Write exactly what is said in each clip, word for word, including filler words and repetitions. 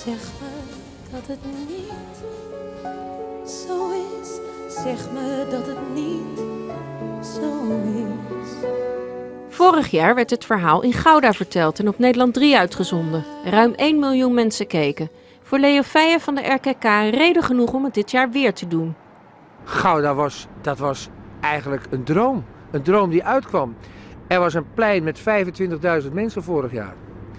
Zeg me dat het niet zo is. Zeg me dat het niet zo is. Vorig jaar werd het verhaal in Gouda verteld en op Nederland drie uitgezonden. Ruim één miljoen mensen keken. Voor Leo Feijen van de R K K reden genoeg om het dit jaar weer te doen. Gouda was, dat was eigenlijk een droom. Een droom die uitkwam. Er was een plein met vijfentwintigduizend mensen vorig jaar.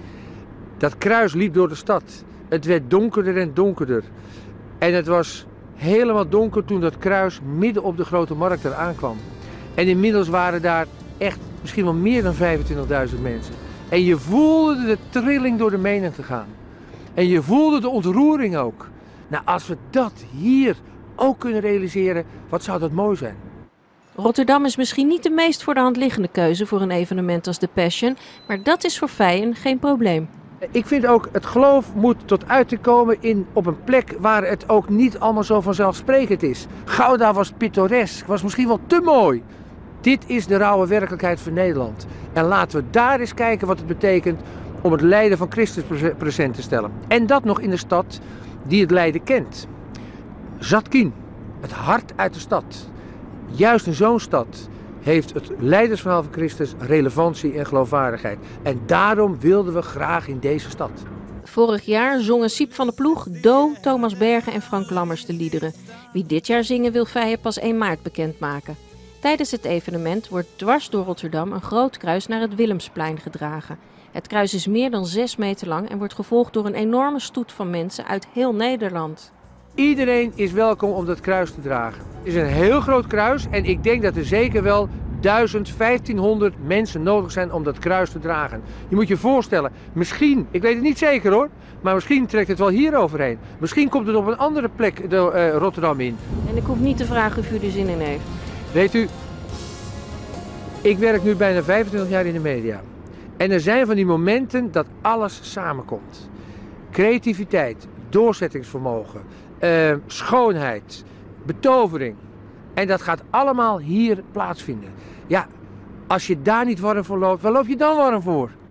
Dat kruis liep door de stad. Het werd donkerder en donkerder. En het was helemaal donker toen dat kruis midden op de Grote Markt er aankwam. En inmiddels waren daar echt misschien wel meer dan vijfentwintigduizend mensen. En je voelde de trilling door de menigte gaan. En je voelde de ontroering ook. Nou, als we dat hier ook kunnen realiseren, wat zou dat mooi zijn. Rotterdam is misschien niet de meest voor de hand liggende keuze voor een evenement als The Passion, maar dat is voor Feijen geen probleem. Ik vind ook, het geloof moet tot uiting komen in, op een plek waar het ook niet allemaal zo vanzelfsprekend is. Gouda was pittoresk, was misschien wel te mooi. Dit is de rauwe werkelijkheid van Nederland. En laten we daar eens kijken wat het betekent om het lijden van Christus present te stellen. En dat nog in de stad die het lijden kent. Zatkin, het hart uit de stad. Juist in zo'n stad heeft het leidersverhaal van Christus relevantie en geloofwaardigheid. En daarom wilden we graag in deze stad. Vorig jaar zongen Siep van de Ploeg, Do, Thomas Bergen en Frank Lammers de liederen. Wie dit jaar zingen wil Feijen pas één maart bekendmaken. Tijdens het evenement wordt dwars door Rotterdam een groot kruis naar het Willemsplein gedragen. Het kruis is meer dan zes meter lang en wordt gevolgd door een enorme stoet van mensen uit heel Nederland. Iedereen is welkom om dat kruis te dragen. Het is een heel groot kruis en ik denk dat er zeker wel duizend, vijftienhonderd mensen nodig zijn om dat kruis te dragen. Je moet je voorstellen, misschien, ik weet het niet zeker hoor, maar misschien trekt het wel hier overheen. Misschien komt het op een andere plek de, uh, Rotterdam in. En ik hoef niet te vragen of u er zin in heeft. Weet u, ik werk nu bijna vijfentwintig jaar in de media. En er zijn van die momenten dat alles samenkomt. Creativiteit, doorzettingsvermogen, uh, schoonheid, betovering. En dat gaat allemaal hier plaatsvinden. Ja, als je daar niet warm voor loopt, waar loop je dan warm voor?